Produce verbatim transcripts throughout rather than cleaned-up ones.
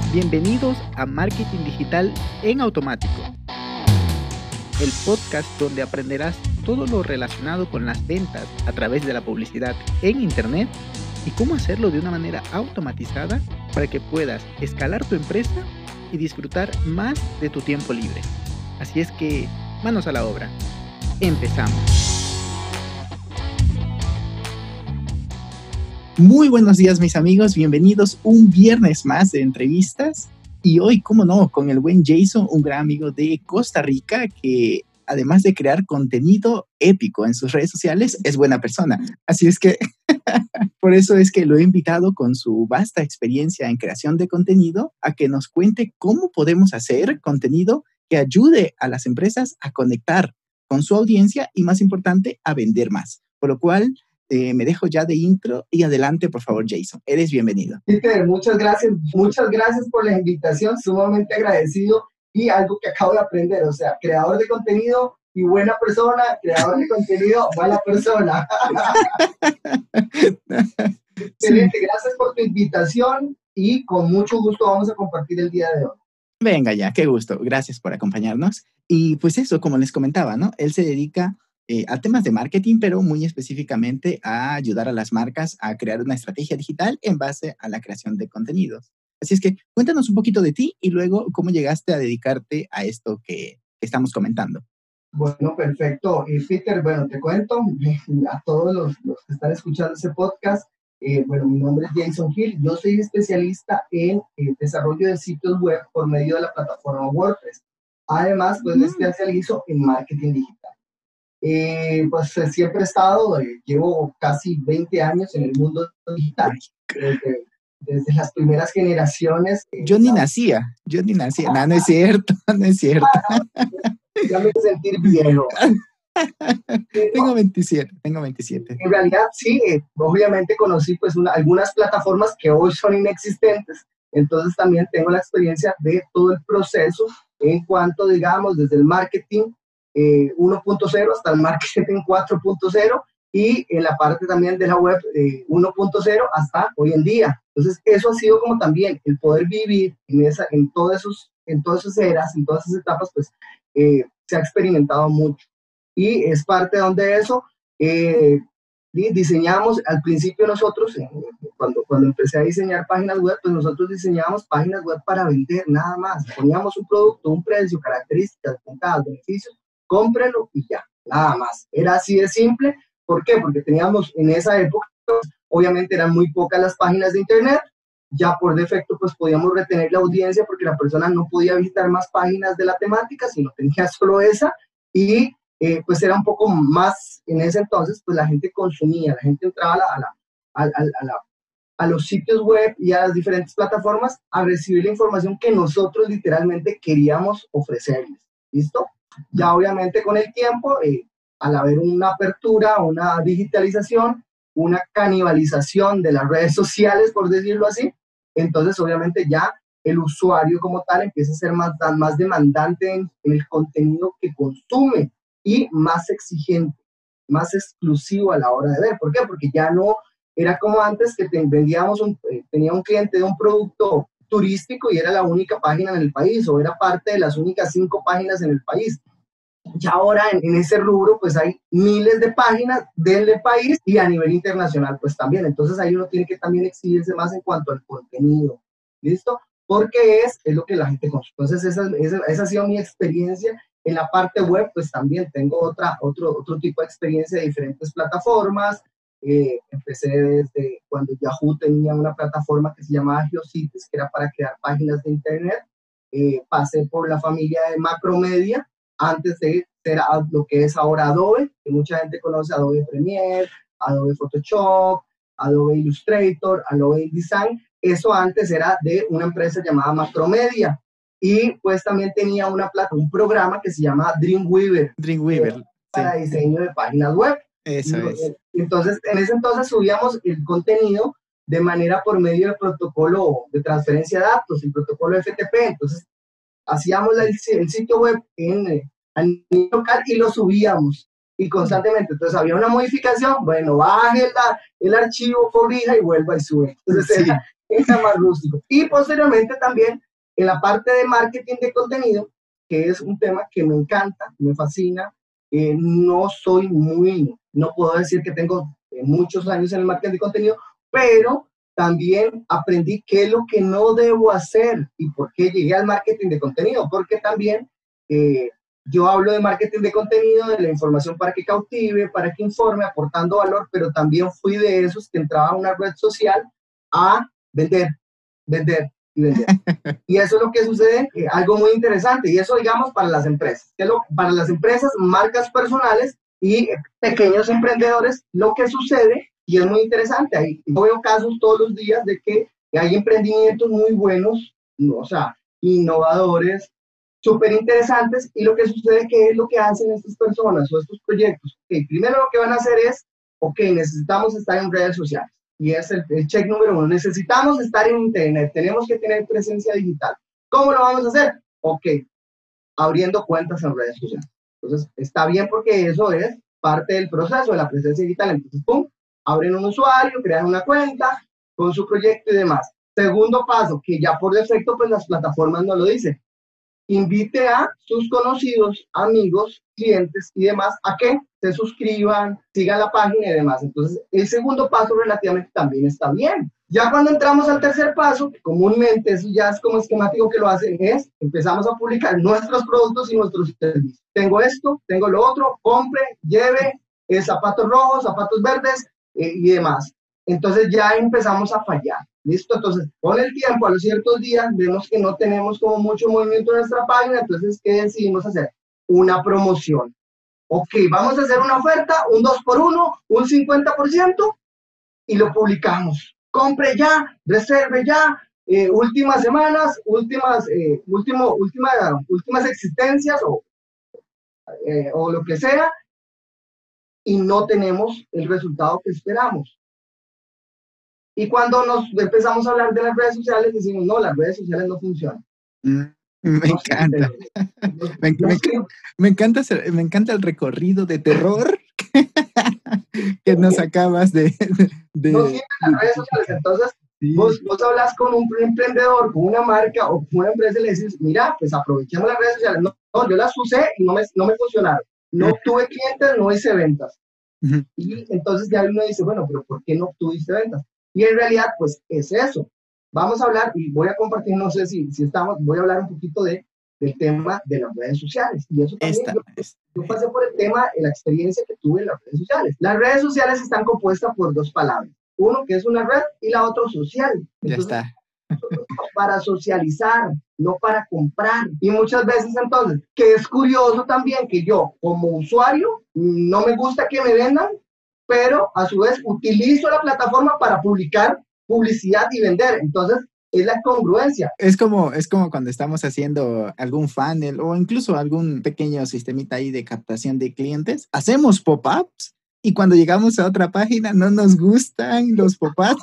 Bienvenidos a Marketing Digital en Automático, el podcast donde aprenderás todo lo relacionado con las ventas a través de la publicidad en Internet y cómo hacerlo de una manera automatizada para que puedas escalar tu empresa y disfrutar más de tu tiempo libre. Así es que, manos a la obra. Empezamos. Muy buenos días, mis amigos. Bienvenidos un viernes más de entrevistas. Y hoy, cómo no, con el buen Jason, un gran amigo de Costa Rica que, además de crear contenido épico en sus redes sociales, es buena persona. Así es que, por eso es que lo he invitado con su vasta experiencia en creación de contenido a que nos cuente cómo podemos hacer contenido que ayude a las empresas a conectar con su audiencia y, más importante, a vender más. Por lo cual, Eh, me dejo ya de intro y adelante, por favor, Jason. Eres bienvenido. Peter, muchas gracias, muchas gracias por la invitación, sumamente agradecido y algo que acabo de aprender, o sea, creador de contenido y buena persona, creador de contenido, mala persona. Excelente, sí. Gracias por tu invitación y con mucho gusto vamos a compartir el día de hoy. Venga ya, qué gusto. Gracias por acompañarnos. Y pues eso, como les comentaba, ¿no? Él se dedica Eh, a temas de marketing, pero muy específicamente a ayudar a las marcas a crear una estrategia digital en base a la creación de contenidos. Así es que cuéntanos un poquito de ti y luego cómo llegaste a dedicarte a esto que, que estamos comentando. Bueno, perfecto. Y Peter, bueno, te cuento a todos los, los que están escuchando ese podcast. Eh, bueno, mi nombre es Jason Hill. Yo soy especialista en eh, desarrollo de sitios web por medio de la plataforma WordPress. Además, pues me especializo en marketing digital. Eh, pues siempre he estado, eh, llevo casi veinte años en el mundo digital, desde, desde las primeras generaciones. Eh, yo ni nacía, yo ni nacía, no, no es cierto, no es cierto. Ya me voy a sentir viejo. tengo veintisiete, tengo veintisiete. En realidad sí, eh, obviamente conocí pues una, algunas plataformas que hoy son inexistentes, entonces también tengo la experiencia de todo el proceso en cuanto, digamos, desde el marketing Eh, uno punto cero hasta el marketing cuatro punto cero y en la parte también de la web eh, uno punto cero hasta hoy en día. Entonces eso ha sido como también el poder vivir en, esa, en, todas, esos, en todas esas eras, en todas esas etapas, pues eh, se ha experimentado mucho. Y es parte de eso, eh, diseñamos al principio nosotros, eh, cuando, cuando empecé a diseñar páginas web, pues nosotros diseñábamos páginas web para vender, nada más. Poníamos un producto, un precio, características, ventajas, beneficios, cómprelo y ya, nada más. Era así de simple. ¿Por qué? Porque teníamos en esa época, obviamente eran muy pocas las páginas de internet, ya por defecto pues podíamos retener la audiencia porque la persona no podía visitar más páginas de la temática, sino tenía solo esa y eh, pues era un poco más, en ese entonces pues la gente consumía, la gente entraba a, la, a, la, a, a, a, la, a los sitios web y a las diferentes plataformas a recibir la información que nosotros literalmente queríamos ofrecerles. ¿Listo? Ya obviamente con el tiempo, eh, al haber una apertura, una digitalización, una canibalización de las redes sociales, por decirlo así, entonces obviamente ya el usuario como tal empieza a ser más, más demandante en, en el contenido que consume y más exigente, más exclusivo a la hora de ver. ¿Por qué? Porque ya no era como antes que te vendíamos, un, eh, tenía un cliente de un producto turístico y era la única página en el país o era parte de las únicas cinco páginas en el país. Ya ahora en, en ese rubro pues hay miles de páginas del país y a nivel internacional pues también. Entonces ahí uno tiene que también exigirse más en cuanto al contenido. ¿Listo? Porque es, es lo que la gente consume. Entonces esa, esa, esa ha sido mi experiencia. En la parte web pues también tengo otra, otro, otro tipo de experiencia de diferentes plataformas. Eh, empecé desde cuando Yahoo tenía una plataforma que se llamaba GeoCities, que era para crear páginas de internet. Eh, pasé por la familia de Macromedia, antes de ser lo que es ahora Adobe, que mucha gente conoce Adobe Premiere, Adobe Photoshop, Adobe Illustrator, Adobe InDesign. Eso antes era de una empresa llamada Macromedia. Y pues también tenía una plata, un programa que se llama Dreamweaver. Dreamweaver. Eh, para sí. Diseño de páginas web. Eso y, es. Entonces, en ese entonces subíamos el contenido de manera por medio del protocolo de transferencia de datos, el protocolo F T P. Entonces, hacíamos la, el sitio web en a nivel local y lo subíamos. Y constantemente, entonces había una modificación, bueno, baje la, el archivo, corrija y vuelva y sube. Entonces, sí. era, Era más rústico. Y posteriormente también en la parte de marketing de contenido, que es un tema que me encanta, me fascina. Eh, no soy muy, no puedo decir que tengo eh, muchos años en el marketing de contenido, pero también aprendí qué es lo que no debo hacer y por qué llegué al marketing de contenido, porque también eh, yo hablo de marketing de contenido, de la información para que cautive, para que informe, aportando valor, pero también fui de esos que entraba a una red social a vender, vender y vender. Y eso es lo que sucede, eh, algo muy interesante, y eso digamos para las empresas, que lo, para las empresas, marcas personales y pequeños emprendedores, lo que sucede, y es muy interesante, ahí yo veo casos todos los días de que hay emprendimientos muy buenos, o sea, innovadores, súper interesantes, y lo que sucede, ¿qué es lo que hacen estas personas o estos proyectos? Okay, primero lo que van a hacer es, ok, necesitamos estar en redes sociales, y es el, el check número uno, necesitamos estar en internet, tenemos que tener presencia digital. ¿Cómo lo vamos a hacer? Ok, abriendo cuentas en redes sociales. Entonces, está bien porque eso es parte del proceso de la presencia digital. Entonces, pum, abren un usuario, crean una cuenta con su proyecto y demás. Segundo paso, que ya por defecto, pues las plataformas no lo dicen. Invite a sus conocidos, amigos, clientes y demás a que se suscriban, sigan la página y demás. Entonces, el segundo paso relativamente también está bien. Ya cuando entramos al tercer paso, que comúnmente eso ya es como esquemático que lo hacen, es empezamos a publicar nuestros productos y nuestros servicios. Tengo esto, tengo lo otro, compre, lleve, eh, zapatos rojos, zapatos verdes eh, y demás. Entonces ya empezamos a fallar. ¿Listo? Entonces, con el tiempo, a los ciertos días, vemos que no tenemos como mucho movimiento en nuestra página, entonces, ¿qué decidimos hacer? Una promoción. Ok, vamos a hacer una oferta, un dos por uno, un cincuenta por ciento, y lo publicamos. Compre ya, reserve ya, eh, últimas semanas, últimas, eh, último, última, últimas existencias o, eh, o lo que sea, y no tenemos el resultado que esperamos. Y cuando nos empezamos a hablar de las redes sociales, decimos, no, las redes sociales no funcionan. Mm, me No encanta. no, me, no me, sirve. me, encanta, me encanta el recorrido de terror que nos acabas de... de, No de, sirven de las redes sociales. Entonces, sí. vos, vos hablas con un emprendedor, con una marca o con una empresa y le dices, mira, pues aprovechemos las redes sociales. No, no yo las usé y no me, no me funcionaron. No obtuve clientes, no hice ventas. Uh-huh. Y entonces ya uno dice, bueno, pero ¿por qué no obtuviste ventas? Y en realidad, pues es eso. Vamos a hablar, y voy a compartir, no sé si, si estamos, voy a hablar un poquito de, del tema de las redes sociales. Y eso también, Esta, yo, esta. yo pasé por el tema, la experiencia que tuve en las redes sociales. Las redes sociales están compuestas por dos palabras. Uno que es una red y la otra social. Entonces, ya está. Para socializar, no para comprar. Y muchas veces entonces, que es curioso también que yo como usuario no me gusta que me vendan, pero a su vez utilizo la plataforma para publicar publicidad y vender. Entonces, es la congruencia. Es como, es como cuando estamos haciendo algún funnel o incluso algún pequeño sistemita ahí de captación de clientes. Hacemos pop-ups y cuando llegamos a otra página no nos gustan los pop-ups,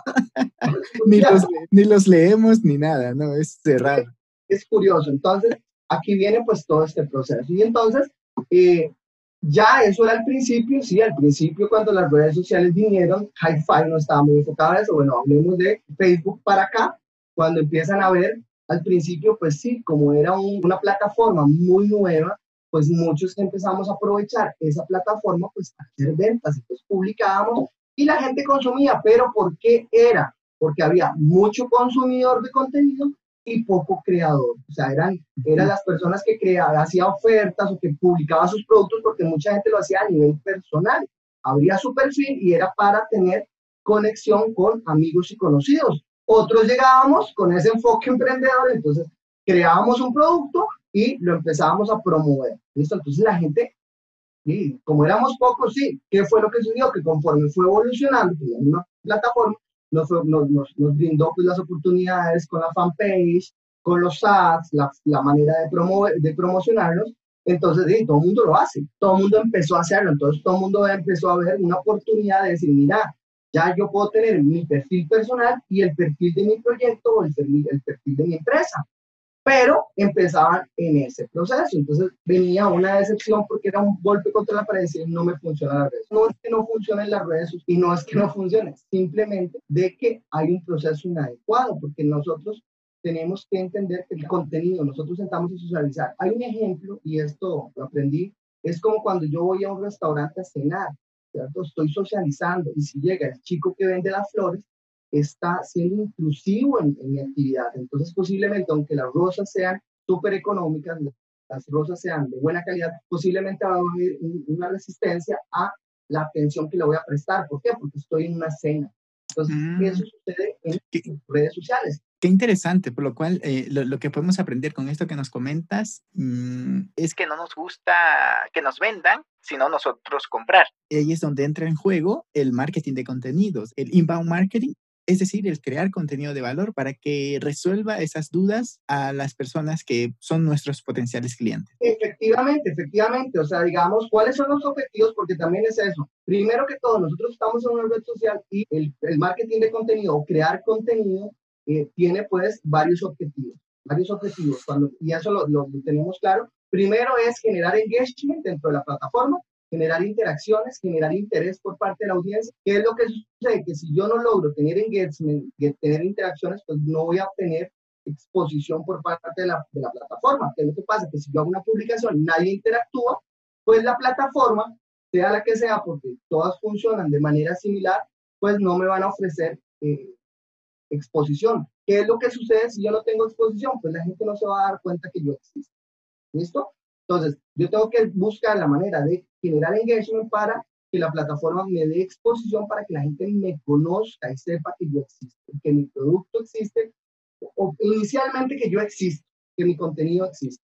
ni, los, ni los leemos ni nada, ¿no? Es cerrado. Es curioso. Entonces, aquí viene pues todo este proceso. Y entonces, eh, ya eso era al principio, sí, al principio cuando las redes sociales vinieron, Hi-Fi no estaba muy enfocado en eso. Bueno, hablemos de Facebook para acá, cuando empiezan a ver, al principio, pues sí, como era un, una plataforma muy nueva, pues muchos empezamos a aprovechar esa plataforma pues para hacer ventas, entonces publicábamos y la gente consumía, pero ¿por qué era? Porque había mucho consumidor de contenido y poco creador, o sea, eran, eran las personas que creaban, hacía ofertas o que publicaba sus productos porque mucha gente lo hacía a nivel personal, abría su perfil y era para tener conexión con amigos y conocidos. Otros llegábamos con ese enfoque emprendedor, entonces creábamos un producto y lo empezábamos a promover, ¿listo? Entonces la gente, y como éramos pocos, sí, ¿qué fue lo que sucedió? Que conforme fue evolucionando, pues, la misma plataforma nos, nos, nos, nos brindó pues, las oportunidades con la fanpage, con los ads, la, la manera de, promover, de promocionarnos, entonces sí, todo el mundo lo hace, todo el mundo empezó a hacerlo, entonces todo el mundo empezó a ver una oportunidad de decir, mira, ya yo puedo tener mi perfil personal y el perfil de mi proyecto o el perfil, el perfil de mi empresa. pero empezaban en ese proceso. Entonces venía una decepción porque era un golpe contra la pared y no me funciona la red. No es que no funcionen las redes y no es que no funcione, simplemente de que hay un proceso inadecuado, porque nosotros tenemos que entender que el contenido, nosotros sentamos a socializar. Hay un ejemplo, y esto lo aprendí, es como cuando yo voy a un restaurante a cenar, ¿cierto? Estoy socializando y si llega el chico que vende las flores, está siendo inclusivo en, en mi actividad. Entonces, posiblemente, aunque las rosas sean súper económicas, las rosas sean de buena calidad, posiblemente va a haber una resistencia a la atención que le voy a prestar. ¿Por qué? Porque estoy en una cena. Entonces, mm. eso sucede en ¿Qué? redes sociales. Qué interesante, por lo cual eh, lo, lo que podemos aprender con esto que nos comentas mmm, es que no nos gusta que nos vendan, sino nosotros comprar. Y ahí es donde entra en juego el marketing de contenidos, el inbound marketing, es decir, el crear contenido de valor para que resuelva esas dudas a las personas que son nuestros potenciales clientes. Efectivamente, efectivamente. O sea, digamos, ¿cuáles son los objetivos? Porque también es eso. Primero que todo, nosotros estamos en una red social y el, el marketing de contenido o crear contenido eh, tiene pues varios objetivos. Varios objetivos. Cuando, y eso lo, lo, lo tenemos claro. Primero es generar engagement dentro de la plataforma, generar interacciones, generar interés por parte de la audiencia. ¿Qué es lo que sucede? Que si yo no logro tener engagement, tener interacciones, pues no voy a obtener exposición por parte de la, de la plataforma. ¿Qué es lo que pasa? Que si yo hago una publicación y nadie interactúa, pues la plataforma, sea la que sea, porque todas funcionan de manera similar, pues no me van a ofrecer eh, exposición. ¿Qué es lo que sucede si yo no tengo exposición? Pues la gente no se va a dar cuenta que yo existo. ¿Listo? Entonces, yo tengo que buscar la manera de generar engagement para que la plataforma me dé exposición para que la gente me conozca y sepa que yo existo, que mi producto existe, o inicialmente que yo existo, que mi contenido existe.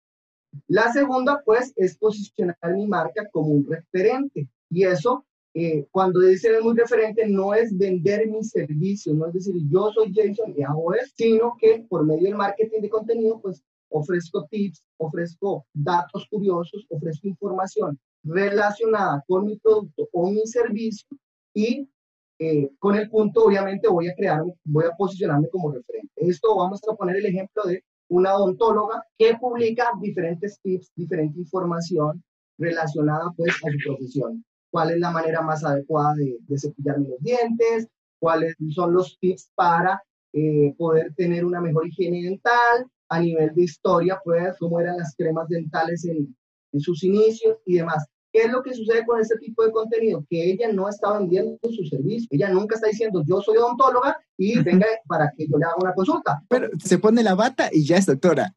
La segunda, pues, es posicionar mi marca como un referente. Y eso, eh, cuando dice muy referente, no es vender mi servicio, no es decir, yo soy Jason y hago esto, sino que por medio del marketing de contenido, pues, ofrezco tips, ofrezco datos curiosos, ofrezco información relacionada con mi producto o mi servicio y eh, con el punto obviamente voy a crear, voy a posicionarme como referente. Esto vamos a poner el ejemplo de una odontóloga que publica diferentes tips, diferente información relacionada pues a su profesión. ¿Cuál es la manera más adecuada de, de cepillarme los dientes? ¿Cuáles son los tips para eh, poder tener una mejor higiene dental? A nivel de historia, pues, cómo eran las cremas dentales en, en sus inicios y demás. ¿Qué es lo que sucede con este tipo de contenido? Que ella no está vendiendo su servicio. Ella nunca está diciendo, yo soy odontóloga y venga para que yo le haga una consulta. Pero se pone la bata y ya es doctora.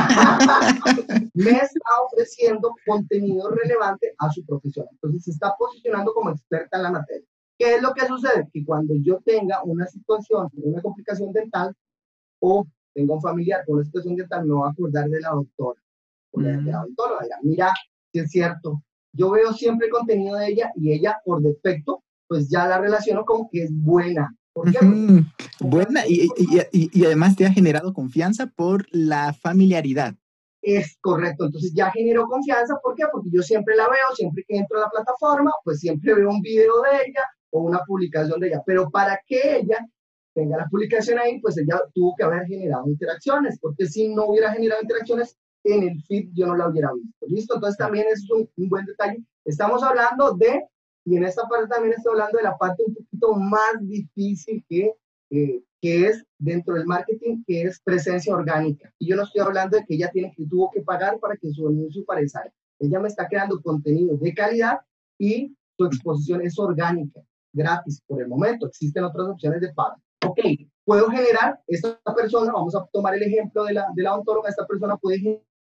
Me está ofreciendo contenido relevante a su profesión. Entonces se está posicionando como experta en la materia. ¿Qué es lo que sucede? Que cuando yo tenga una situación, una complicación dental o tenga un familiar con una situación dental, me voy a acordar de la doctora o mm. de la odontóloga. Mira, si es cierto, yo veo siempre el contenido de ella y ella por defecto, pues ya la relaciono como que es buena. ¿Por qué? Uh-huh. Buena y, y, y, y además te ha generado confianza por la familiaridad. Es correcto, entonces ya generó confianza. ¿Por qué? Porque yo siempre la veo, siempre que entro a la plataforma, pues siempre veo un video de ella o una publicación de ella. Pero para que ella tenga la publicación ahí, pues ella tuvo que haber generado interacciones, porque si no hubiera generado interacciones, en el feed yo no la hubiera visto. ¿Listo? Entonces también es un, un buen detalle. Estamos hablando de, y en esta parte también estoy hablando de la parte un poquito más difícil que, eh, que es dentro del marketing, que es presencia orgánica. Y yo no estoy hablando de que ella tiene que, tuvo que pagar para que su anuncio aparezca. Ella me está creando contenido de calidad y su exposición es orgánica, gratis por el momento. Existen otras opciones de pago. Ok, puedo generar, esta persona, vamos a tomar el ejemplo de la, de la odontóloga, esta persona puede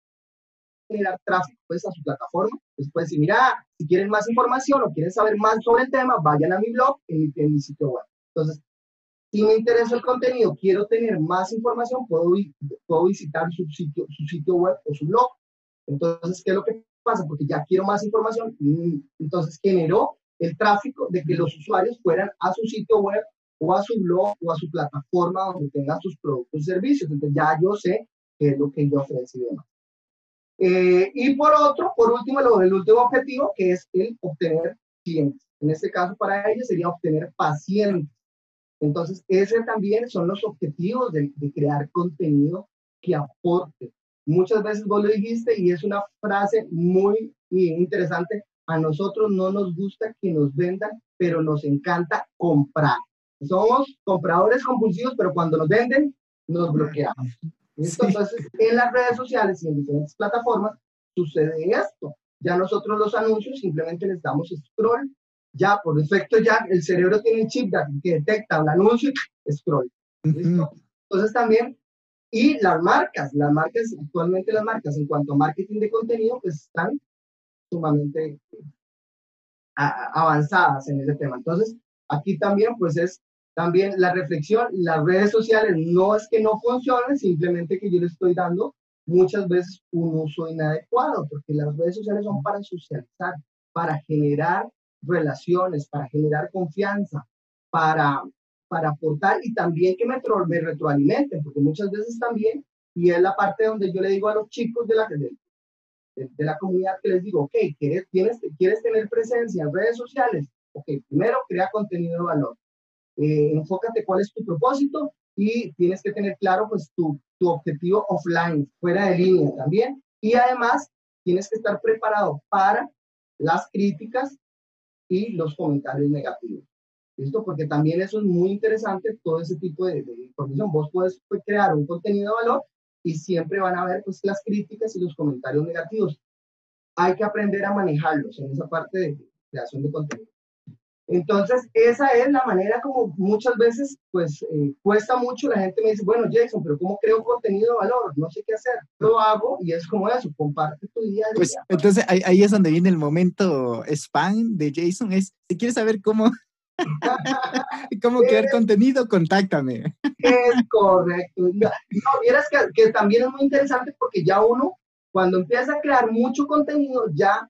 generar tráfico pues, a su plataforma. Pues puede decir, mira, si quieren más información o quieren saber más sobre el tema, vayan a mi blog en mi, en mi sitio web. Entonces, si me interesa el contenido, quiero tener más información, puedo, puedo visitar su sitio, su sitio web o su blog. Entonces, ¿qué es lo que pasa? Porque ya quiero más información, entonces generó el tráfico de que los usuarios fueran a su sitio web o a su blog o a su plataforma donde tenga sus productos y servicios. Entonces ya yo sé qué es lo que yo ofrezco y demás. Eh, y por otro, por último, el, el último objetivo, que es el obtener clientes. En este caso, para ellos sería obtener pacientes. Entonces, ese también son los objetivos de, de crear contenido que aporte, muchas veces vos lo dijiste y es una frase muy interesante. A nosotros no nos gusta que nos vendan, pero nos encanta comprar. Somos compradores compulsivos, pero cuando nos venden, nos bloqueamos. ¿Listo? Sí. Entonces, en las redes sociales y en diferentes plataformas sucede esto. Ya nosotros los anuncios simplemente les damos scroll. Ya, por defecto, ya el cerebro tiene un chip que detecta un anuncio y scroll. ¿Listo? Uh-huh. Entonces, también, y las marcas, las marcas, actualmente las marcas en cuanto a marketing de contenido, pues están sumamente a, avanzadas en ese tema. Entonces, aquí también, pues es también la reflexión, las redes sociales no es que no funcionen, simplemente que yo le estoy dando muchas veces un uso inadecuado, porque las redes sociales son para socializar, para generar relaciones, para generar confianza, para, para aportar y también que me, me retroalimenten, porque muchas veces también, y es la parte donde yo le digo a los chicos de la, de, de, de la comunidad que les digo, ok, ¿quieres, tienes, ¿quieres tener presencia en redes sociales? Ok, primero crea contenido de valor. Eh, enfócate cuál es tu propósito y tienes que tener claro pues tu, tu objetivo offline, fuera de línea también. Y además tienes que estar preparado para las críticas y los comentarios negativos. ¿Listo? Porque también eso es muy interesante, todo ese tipo de, de información. Vos puedes pues, crear un contenido de valor y siempre van a haber pues, las críticas y los comentarios negativos. Hay que aprender a manejarlos en esa parte de creación de contenido. Entonces, esa es la manera como muchas veces, pues, eh, cuesta mucho. La gente me dice, bueno, Jason, pero ¿cómo creo contenido de valor? No sé qué hacer. Lo hago y es como eso, comparte tu día a día. Pues, entonces, ahí, ahí es donde viene el momento spam de Jason. Es, si quieres saber cómo, cómo crear es, contenido, contáctame. Es correcto. No, no vieras que, que también es muy interesante porque ya uno, cuando empieza a crear mucho contenido, ya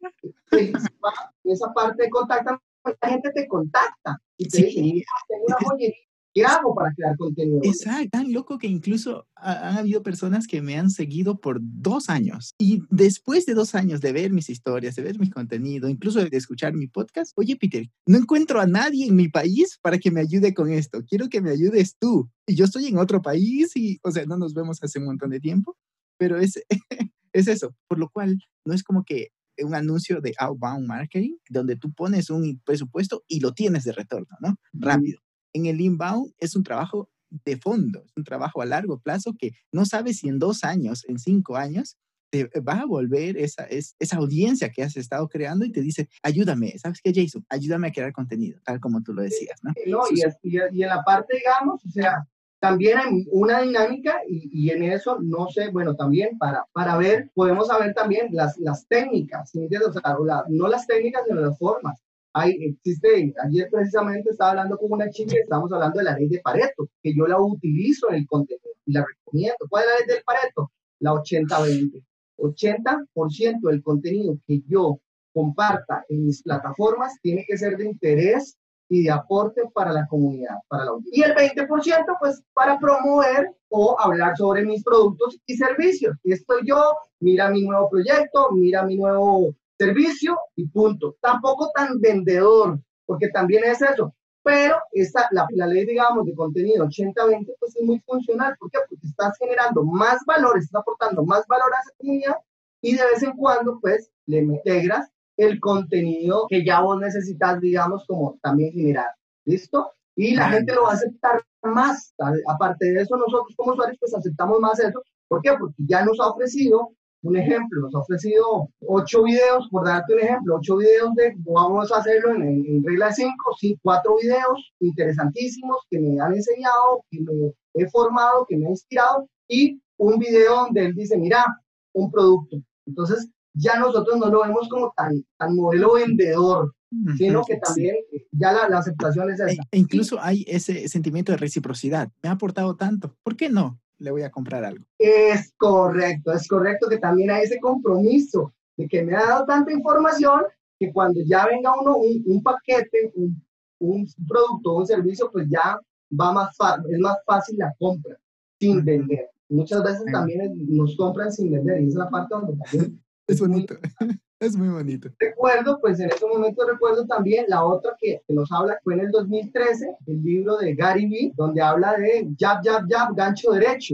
esa parte de contacto, la gente te contacta y te sí. dice, mira, tengo una joyería, ¿qué hago para crear contenido? Exacto, tan loco que incluso ha, han habido personas que me han seguido por dos años y después de dos años de ver mis historias, de ver mi contenido, incluso de escuchar mi podcast, oye Peter, no encuentro a nadie en mi país para que me ayude con esto, quiero que me ayudes tú. Y yo estoy en otro país y, o sea, no nos vemos hace un montón de tiempo, pero es, es eso, por lo cual no es como que un anuncio de outbound marketing donde tú pones un presupuesto y lo tienes de retorno, ¿no? Rápido. En el inbound es un trabajo de fondo, es un trabajo a largo plazo que no sabes si en dos años, en cinco años, te va a volver esa, es, esa audiencia que has estado creando y te dice, ayúdame, ¿sabes qué, Jason? Ayúdame a crear contenido, tal como tú lo decías, ¿no? No, y, es, y, y en la parte, digamos, o sea, también hay una dinámica y, y en eso, no sé, bueno, también para, para ver, podemos saber también las, las técnicas, ¿sí? O sea, la, no las técnicas, sino las formas. Hay, existe, ayer precisamente estaba hablando con una chica y estábamos hablando de la ley de Pareto, que yo la utilizo en el contenido y la recomiendo. ¿Cuál es la ley del Pareto? La ochenta veinte. ochenta por ciento del contenido que yo comparta en mis plataformas tiene que ser de interés y de aporte para la comunidad, para la audiencia. Y el veinte por ciento, pues, para promover o hablar sobre mis productos y servicios. Y estoy yo, mira mi nuevo proyecto, mira mi nuevo servicio y punto. Tampoco tan vendedor, porque también es eso. Pero esta, la, la ley, digamos, de contenido ochenta veinte, pues es muy funcional. ¿Por qué? Porque estás generando más valor, estás aportando más valor a esa comunidad y de vez en cuando, pues, le integras el contenido que ya vos necesitas, digamos, como también generar. ¿Listo? Y la gente lo va a aceptar más. Aparte de eso, nosotros como usuarios, pues aceptamos más eso. ¿Por qué? Porque ya nos ha ofrecido un ejemplo, nos ha ofrecido ocho videos, por darte un ejemplo, ocho videos de, vamos a hacerlo en, en, en regla de cinco, sí, cuatro videos interesantísimos que me han enseñado, que me he formado, que me han inspirado, y un video donde él dice, mira, un producto. Entonces, ya nosotros no lo vemos como tan, tan modelo vendedor, sino que también sí. ya la, la aceptación es esa. E, incluso hay ese sentimiento de reciprocidad. Me ha aportado tanto, ¿por qué no le voy a comprar algo? Es correcto, es correcto que también hay ese compromiso de que me ha dado tanta información que cuando ya venga uno un, un paquete, un, un producto, un servicio, pues ya va más es más fácil la compra sin vender. Muchas veces también es, nos compran sin vender y esa es la parte donde también es bonito. Muy, es muy bonito. Recuerdo, pues en ese momento recuerdo también la otra que, que nos habla, fue en el dos mil trece, el libro de Gary Vee, donde habla de jab, jab, jab, gancho derecho.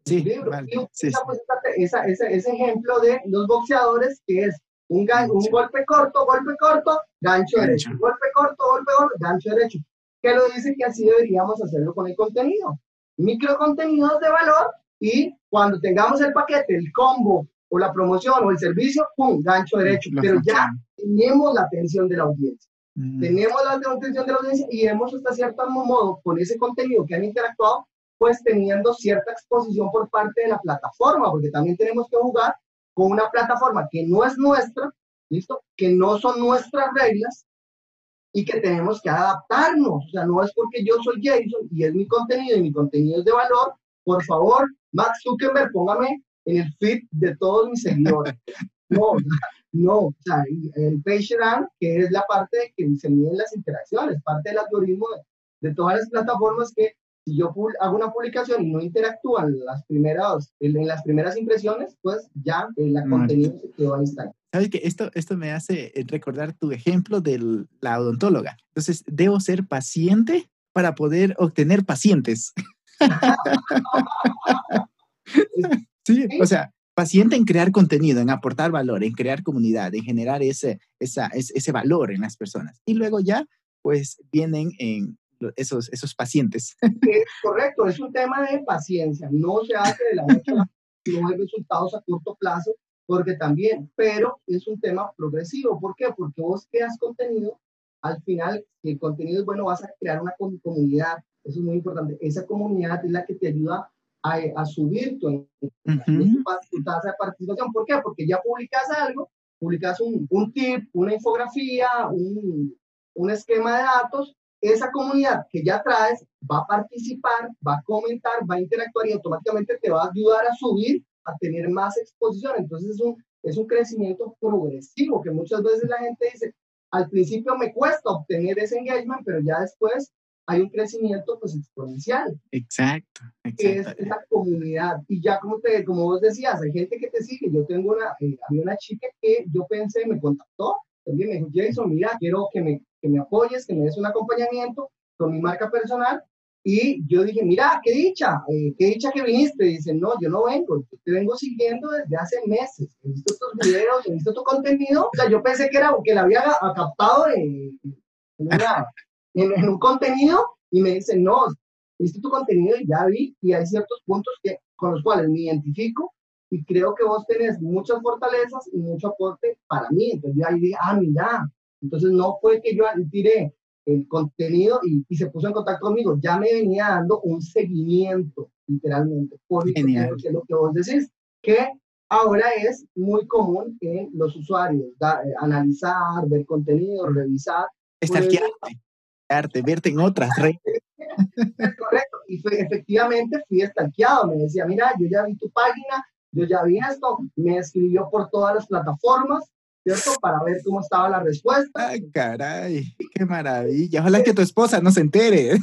Sí, libro. vale. Y Sí, utiliza sí. pues, esa, esa, ese ejemplo de los boxeadores, que es un, gan un golpe corto, golpe corto, gancho, gancho derecho. Golpe corto, golpe corto, gancho derecho. Que lo dice que así deberíamos hacerlo con el contenido. Microcontenidos de valor y cuando tengamos el paquete, el combo o la promoción o el servicio, ¡pum! Gancho derecho. Lo Pero funciona. Ya tenemos la atención de la audiencia. Mm. Tenemos la atención de la audiencia y hemos hasta cierto modo con ese contenido que han interactuado, pues teniendo cierta exposición por parte de la plataforma, porque también tenemos que jugar con una plataforma que no es nuestra, ¿listo? Que no son nuestras reglas y que tenemos que adaptarnos. O sea, no es porque yo soy Jason y es mi contenido y mi contenido es de valor. Por favor, Mark Zuckerberg, póngame en el feed de todos mis seguidores. No, no, o sea, el PageRank, que es la parte de que se miden las interacciones, parte del algoritmo de, de todas las plataformas, que si yo hago una publicación y no interactúan las primeras, en las primeras impresiones, pues ya el contenido se quedó al instante. ¿Sabes qué? Esto, esto me hace recordar tu ejemplo de la odontóloga. Entonces, debo ser paciente para poder obtener pacientes. Sí, o sea, paciente en crear contenido, en aportar valor, en crear comunidad, en generar ese, esa, ese valor en las personas. Y luego ya, pues, vienen en esos, esos pacientes. Es correcto, es un tema de paciencia. No se hace de la noche a la mañana, no hay resultados a corto plazo, porque también, pero es un tema progresivo. ¿Por qué? Porque vos creas contenido, al final, si el contenido es bueno, vas a crear una comunidad. Eso es muy importante. Esa comunidad es la que te ayuda a, a subir tu, uh-huh. tu tasa de participación. ¿Por qué? Porque ya publicas algo, publicas un, un tip, una infografía, un, un esquema de datos. Esa comunidad que ya traes va a participar, va a comentar, va a interactuar y automáticamente te va a ayudar a subir, a tener más exposición. Entonces es un, es un crecimiento progresivo que muchas veces la gente dice, al principio me cuesta obtener ese engagement, pero ya después hay un crecimiento pues exponencial. Exacto, exacto. Que es esa comunidad. Y ya como, te, como vos decías, hay gente que te sigue. Yo tengo una, eh, había una chica que yo pensé, me contactó, también me dijo, Jason, mira, quiero que me, que me apoyes, que me des un acompañamiento con mi marca personal. Y yo dije, mira, qué dicha, eh, qué dicha que viniste. Y dice, no, yo no vengo, yo te vengo siguiendo desde hace meses. He visto tus videos, he visto tu contenido. O sea, yo pensé que, era, que la había captado en, en, una, en, en un contenido y me dice, no, viste tu contenido y ya vi, y hay ciertos puntos que, con los cuales me identifico y creo que vos tenés muchas fortalezas y mucho aporte para mí. Entonces yo ahí dije, ah, mira, entonces no fue que yo tiré el contenido y, y se puso en contacto conmigo, ya me venía dando un seguimiento, literalmente, por mi contenido, que es lo que vos decís, que ahora es muy común en los usuarios, da, eh, analizar, ver contenido, revisar. Stalkearte, verte en otras redes. Es correcto, y fue, efectivamente fui stalkeado, me decía, mira, yo ya vi tu página, yo ya vi esto, me escribió por todas las plataformas, ¿cierto? Para ver cómo estaba la respuesta. Ay, caray, qué maravilla, ojalá que tu esposa no se entere.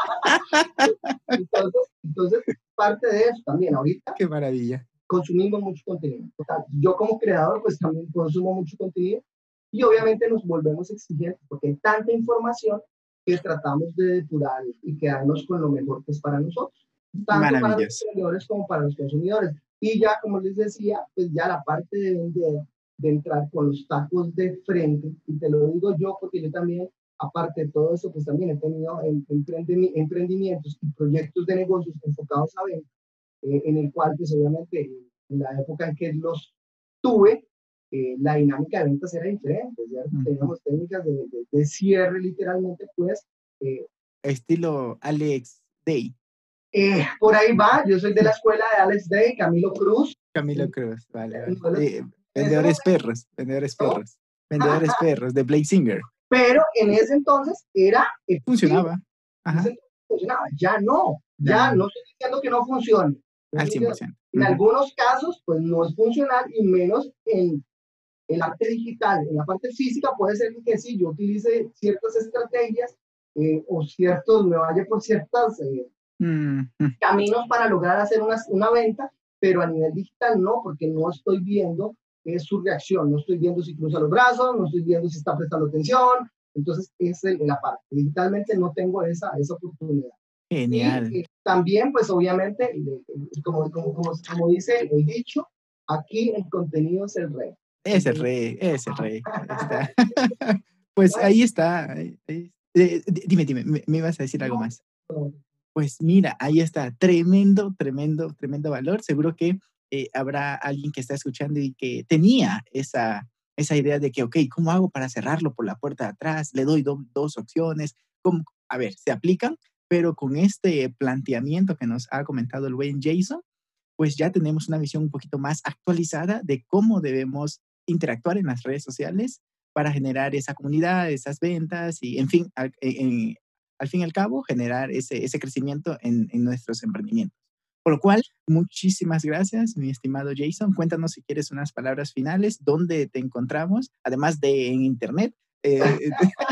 Entonces, entonces, parte de eso también, ahorita. Qué maravilla. Consumimos mucho contenido. Yo como creador, pues también consumo mucho contenido y obviamente nos volvemos exigentes porque hay tanta información que tratamos de depurar y quedarnos con lo mejor que es para nosotros, tanto para los creadores como para los consumidores. Y ya, como les decía, pues ya la parte de vender, de entrar con los tacos de frente, y te lo digo yo porque yo también, aparte de todo eso, pues también he tenido emprendimientos y proyectos de negocios enfocados a venta, eh, en el cual, pues obviamente, en la época en que los tuve, Eh, la dinámica de ventas era diferente, ¿cierto? Uh-huh. Teníamos técnicas de, de, de cierre, literalmente, pues. Eh, Estilo Alex Day. Eh, por ahí va, yo soy de la escuela de Alex Day, Camilo Cruz. Camilo Cruz, vale, vale. Eh, vendedores perros, vendedores ¿no? perros, vendedores perros, de Blake Singer. Pero en ese entonces era... Funcionaba. Ajá. En ese entonces funcionaba, ya no, ya, ya no estoy diciendo que no funcione. No Al cien por ciento. En uh-huh. algunos casos, pues no es funcional y menos en el arte digital. En la parte física puede ser que sí, yo utilice ciertas estrategias eh, o ciertos, me vaya por ciertos eh, uh-huh. caminos para lograr hacer una, una venta, pero a nivel digital no, porque no estoy viendo eh, su reacción, no estoy viendo si cruza los brazos, no estoy viendo si está prestando atención, entonces es el, la parte. Digitalmente no tengo esa, esa oportunidad. Genial. Y, y también, pues obviamente, como, como, como, como dice el dicho, aquí el contenido es el rey. Ese rey, ese rey. Está. Pues ahí está. Ahí, ahí. Eh, dime, dime, me, me ibas a decir algo más. Pues mira, ahí está, tremendo, tremendo, tremendo valor. Seguro que eh, habrá alguien que está escuchando y que tenía esa, esa idea de que, ok, ¿cómo hago para cerrarlo por la puerta de atrás? Le doy do, dos opciones. ¿Cómo? A ver, se aplican, pero con este planteamiento que nos ha comentado el buen Jason, pues ya tenemos una visión un poquito más actualizada de cómo debemos interactuar en las redes sociales para generar esa comunidad, esas ventas y, en fin, al, en, al fin y al cabo, generar ese, ese crecimiento en, en nuestros emprendimientos. Por lo cual, muchísimas gracias, mi estimado Jason. Cuéntanos si quieres unas palabras finales, dónde te encontramos, además de en internet, eh,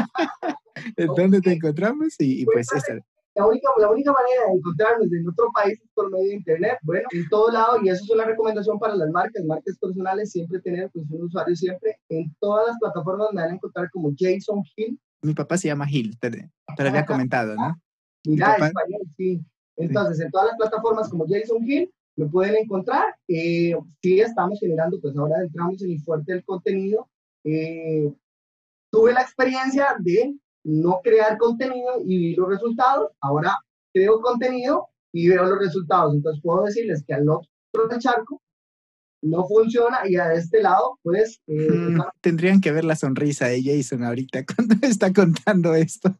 dónde te encontramos y, y pues esta. La única, la única manera de encontrarnos en otro país es por medio de internet, bueno, en todo lado, y eso es una recomendación para las marcas, marcas personales, siempre tener pues, un usuario siempre, en todas las plataformas me van a encontrar como Jason Hill. Mi papá se llama Hill, te, te lo había comentado, ¿no? Mira, papá, español, sí. Entonces, sí. En todas las plataformas como Jason Hill, me pueden encontrar. Eh, sí, estamos generando, pues ahora entramos en el fuerte del contenido. Eh, tuve la experiencia de no crear contenido y vi los resultados. Ahora creo contenido y veo los resultados. Entonces puedo decirles que al otro del charco no funciona y a este lado, pues... Eh, mm, está... Tendrían que ver la sonrisa de Jason ahorita cuando está contando esto.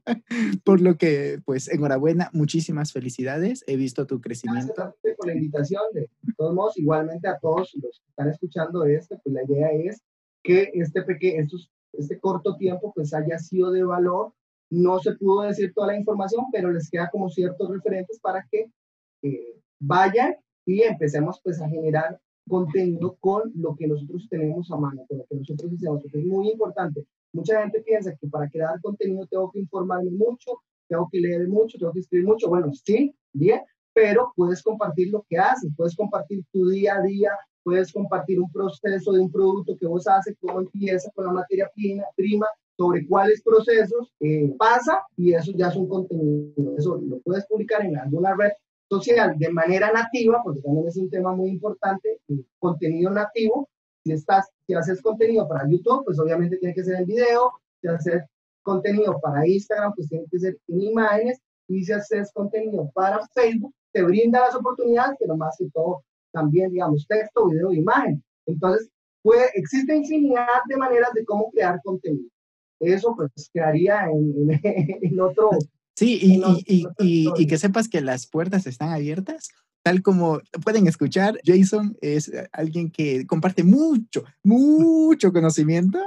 Por lo que, pues, enhorabuena, muchísimas felicidades. He visto tu crecimiento. Gracias por la invitación. De todos modos, igualmente a todos los que están escuchando esto, pues la idea es que este pequeño, estos este corto tiempo pues haya sido de valor. No se pudo decir toda la información, pero les queda como ciertos referentes para que eh, vayan y empecemos pues a generar contenido con lo que nosotros tenemos a mano, con lo que nosotros hacemos, porque es muy importante. Mucha gente piensa que para crear contenido tengo que informarme mucho, tengo que leer mucho, tengo que escribir mucho. Bueno, sí, bien, pero puedes compartir lo que haces, puedes compartir tu día a día, puedes compartir un proceso de un producto que vos haces, cómo empieza con la materia prima, prima sobre cuáles procesos eh, pasa, y eso ya es un contenido. Eso lo puedes publicar en alguna red social de manera nativa, porque también es un tema muy importante, el contenido nativo. Si, estás, si haces contenido para YouTube, pues obviamente tiene que ser en video. Si haces contenido para Instagram, pues tiene que ser en imágenes. Y si haces contenido para Facebook, te brinda las oportunidades, pero más que todo también, digamos, texto, video, imagen. Entonces, puede, existe infinidad de maneras de cómo crear contenido. Eso, pues, quedaría en, en, en otro... Sí, y, en otro, y, otro y, y que sepas que las puertas están abiertas. Tal como pueden escuchar, Jason es alguien que comparte mucho, mucho conocimiento,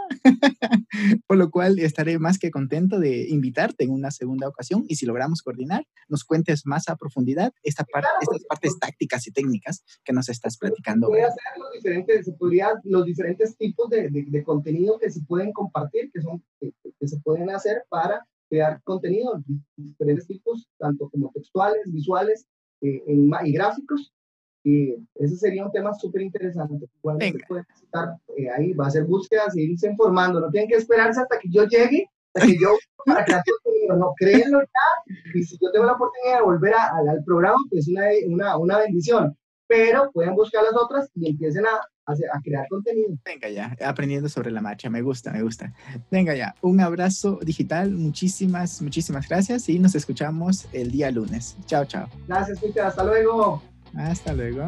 por lo cual estaré más que contento de invitarte en una segunda ocasión y si logramos coordinar, nos cuentes más a profundidad esta parte, claro, estas partes tácticas y técnicas que nos estás platicando. Podría hacer los diferentes, se podría, los diferentes tipos de, de, de contenido que se pueden compartir, que, son, que, que se pueden hacer para crear contenido, diferentes tipos, tanto como textuales, visuales, Eh, en, y gráficos, y ese sería un tema súper interesante. Igualmente pueden estar eh, ahí, va a hacer búsquedas y irse informando, no tienen que esperarse hasta que yo llegue, hasta que yo para crear contenido, no, créenlo ya, y si yo tengo la oportunidad de volver a, a, al programa, pues una, una, una bendición, pero pueden buscar las otras y empiecen a, a, a crear contenido. Venga ya, aprendiendo sobre la marcha, me gusta, me gusta. Venga ya, un abrazo digital, muchísimas, muchísimas gracias y nos escuchamos el día lunes. Chao, chao. Gracias, Peter, hasta luego. Hasta luego.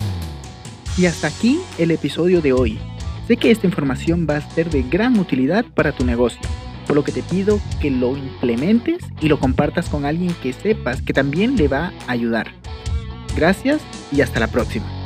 Y hasta aquí el episodio de hoy. Sé que esta información va a ser de gran utilidad para tu negocio, por lo que te pido que lo implementes y lo compartas con alguien que sepas que también le va a ayudar. Gracias y hasta la próxima.